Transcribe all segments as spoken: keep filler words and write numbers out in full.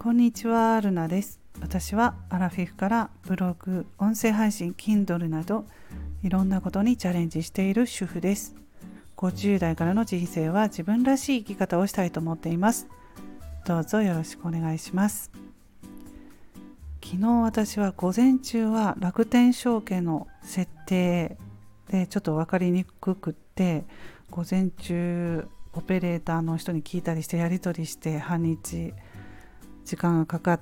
こんにちは、ルナです。私はアラフィフからブログ、音声配信、Kindle などいろんなことにチャレンジしている主婦です。ごじゅう代からの人生は自分らしい生き方をしたいと思っています。どうぞよろしくお願いします。昨日私は午前中は楽天証券の設定でちょっと分かりにくくって、午前中オペレーターの人に聞いたりしてやり取りして半日時間がかかって、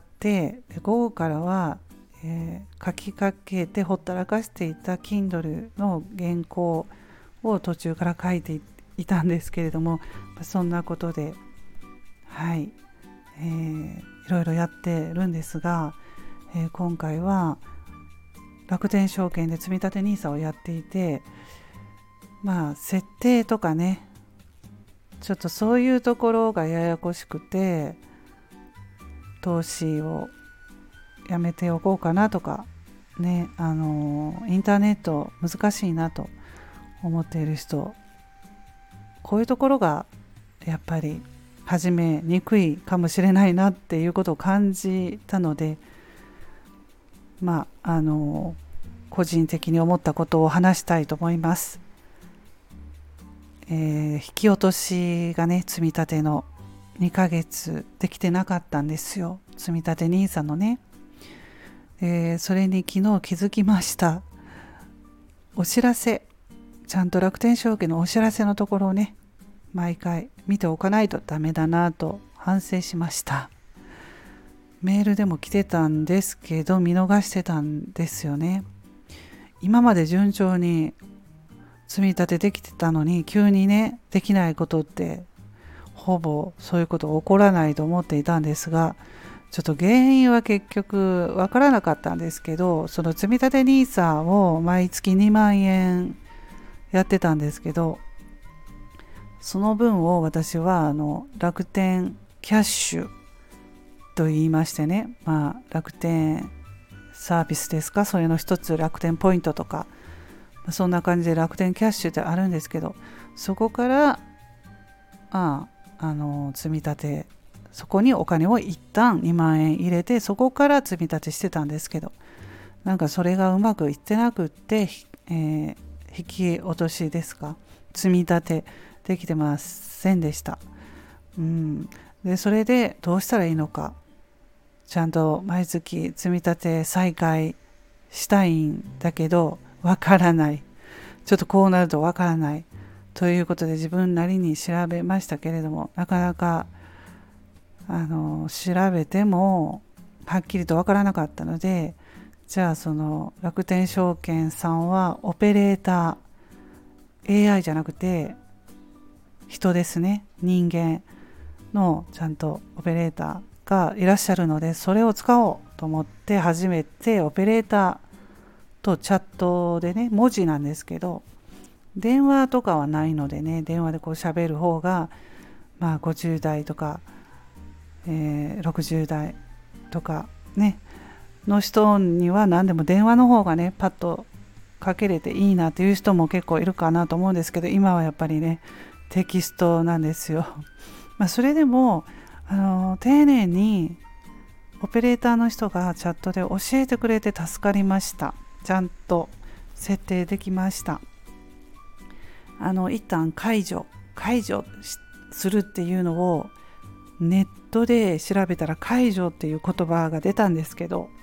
で午後からは、えー、書きかけてほったらかしていた Kindle の原稿を途中から書いていたんですけれども、そんなことではい、えー、いろいろやってるんですが、えー、今回は楽天証券で積立 ニーサ をやっていて、まあ設定とかね、ちょっとそういうところがややこしくて、投資をやめておこうかなとかね、あのインターネット難しいなと思っている人、こういうところがやっぱり始めにくいかもしれないなっていうことを感じたので、まああの個人的に思ったことを話したいと思います。えー、引き落としがね、積み立てのにかげつできてなかったんですよ。積み立て ニーサ のね、えー、それに昨日気づきました。お知らせ、ちゃんと楽天証券のお知らせのところをね、毎回見ておかないとダメだなと反省しました。メールでも来てたんですけど見逃してたんですよね。今まで順調に積み立てできてたのに、急にねできないことってほぼそういうこと起こらないと思っていたんですが、ちょっと原因は結局わからなかったんですけど、その積み立て ニーサ を毎月にまんえんやってたんですけど、その分を私はあの楽天キャッシュと言いましてね、まあ楽天サービスですか、それの一つ楽天ポイントとか、そんな感じで楽天キャッシュってあるんですけど、そこからああの積み立て、そこにお金を一旦にまんえん入れて、そこから積み立てしてたんですけど、なんかそれがうまくいってなくって、えー、引き落としですか、積み立てできてませんでした。うん、でそれでどうしたらいいのか、ちゃんと毎月積み立て再開したいんだけどわからない、ちょっとこうなるとわからないということで自分なりに調べましたけれども、なかなかあの調べてもはっきりとわからなかったので、じゃあその楽天証券さんはオペレーター エーアイ じゃなくて人ですね、人間のちゃんとオペレーターがいらっしゃるので、それを使おうと思って初めてオペレーターとチャットでね、文字なんですけど、電話とかはないのでね、電話でこう喋る方が、まあごじゅう代とか、えー、ろくじゅう代とかねの人には何でも電話の方がねパッとかけれていいなっていう人も結構いるかなと思うんですけど、今はやっぱりねテキストなんですよ。まあそれでもあの丁寧にオペレーターの人がチャットで教えてくれて助かりました。ちゃんと設定できました。あの一旦解除解除するっていうのをネットで調べたら解除っていう言葉が出たんですけど、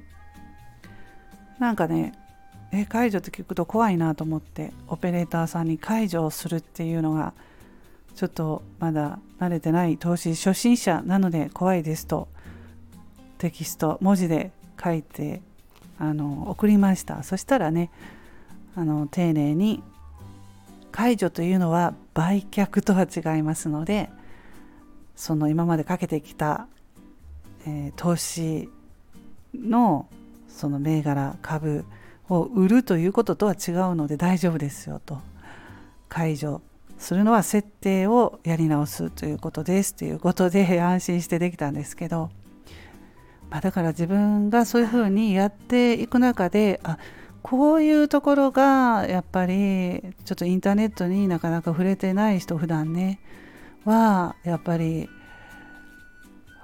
なんかねえ解除って聞くと怖いなと思って、オペレーターさんに解除をするっていうのがちょっとまだ慣れてない投資初心者なので怖いですとテキスト文字で書いてあの送りました。そしたらね、あの丁寧に解除というのは売却とは違いますので、その今までかけてきた、えー、投資のその銘柄株を売るということとは違うので大丈夫ですよと、解除するのは設定をやり直すということですということで安心してできたんですけど、まあ、だから自分がそういうふうにやっていく中で、あこういうところがやっぱりちょっとインターネットになかなか触れてない人普段ねはやっぱり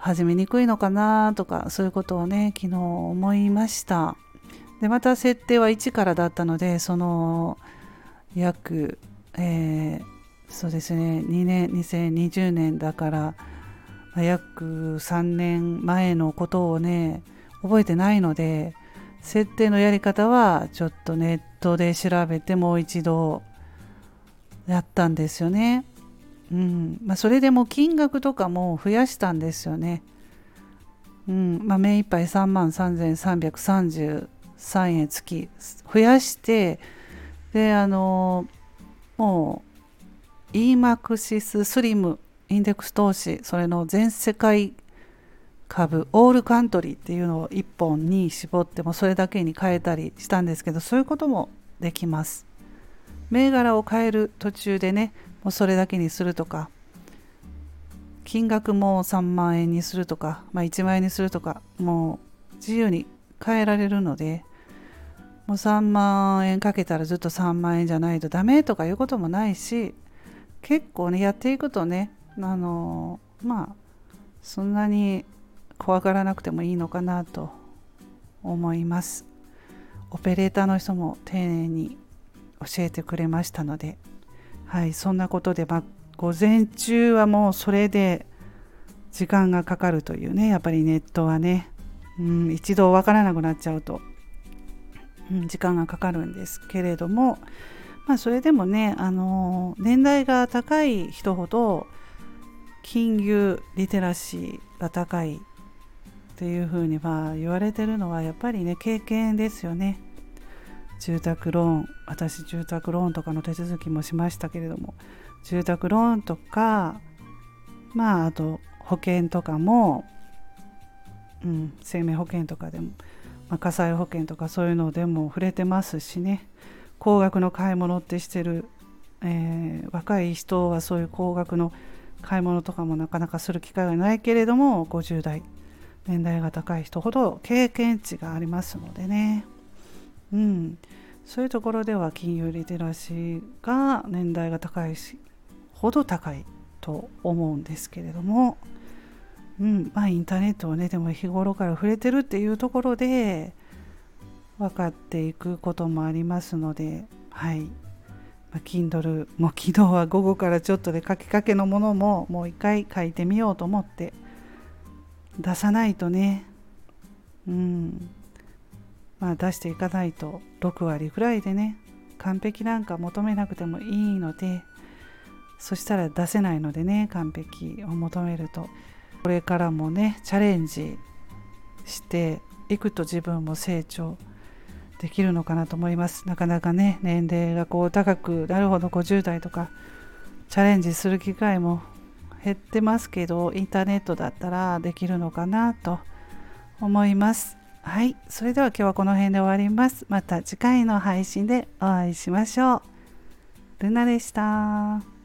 始めにくいのかなとか、そういうことをね昨日思いました。でまた設定はいちからだったので、その約、えー、そうですねにねんにせんにじゅうねんだから、約さんねんまえのことをね覚えてないので、設定のやり方はちょっとネットで調べてもう一度やったんですよね。うんまあ、それでも金額とかも増やしたんですよね。うんまあ、目いっぱいさんまんさんぜんさんびゃくさんじゅうさんえん月増やして、であのもう イーマクシス スリムインデックス投資、それの全世界株オールカントリーっていうのをいっぽんに絞ってもそれだけに変えたりしたんですけど、そういうこともできます。銘柄を変える途中でね、もうそれだけにするとか、金額もさんまんえんにするとか、まあ、いちまんえんにするとか、もう自由に変えられるので、もうさんまんえんかけたらずっとさんまんえんじゃないとダメとかいうこともないし、結構ねやっていくとね、あのまあそんなに怖がらなくてもいいのかなと思います。オペレーターの人も丁寧に教えてくれましたので、はい、そんなことで、まあ、午前中はもうそれで時間がかかるというね、やっぱりネットはね、うん、一度わからなくなっちゃうと、うん、時間がかかるんですけれども、まあ、それでもね、あの年代が高い人ほど金融リテラシーが高いっていうふうにまあ言われてるのはやっぱりね経験ですよね。住宅ローン、私住宅ローンとかの手続きもしましたけれども、住宅ローンとか、まああと保険とかも、うん、生命保険とかでも、まあ、火災保険とかそういうのでも触れてますしね、高額の買い物ってしてる、えー、若い人はそういう高額の買い物とかもなかなかする機会がないけれども、ごじゅう代年代が高い人ほど経験値がありますのでね、うん、そういうところでは金融リテラシーが年代が高いしほど高いと思うんですけれども、うんまあ、インターネットをねでも日頃から触れてるっていうところで分かっていくこともありますので、はい、まあ、Kindle も昨日は午後からちょっとで書きかけのものももう一回書いてみようと思って出さないとね、うんまあ、出していかないとろくわりぐらいでね、完璧なんか求めなくてもいいので、そしたら出せないのでね、完璧を求めるとこれからもねチャレンジしていくと自分も成長できるのかなと思います。なかなかね年齢がこう高くなるほどごじゅう代とかチャレンジする機会も減ってますけど、インターネットだったらできるのかなと思います。はい、それでは今日はこの辺で終わります。また次回の配信でお会いしましょう。ルナでした。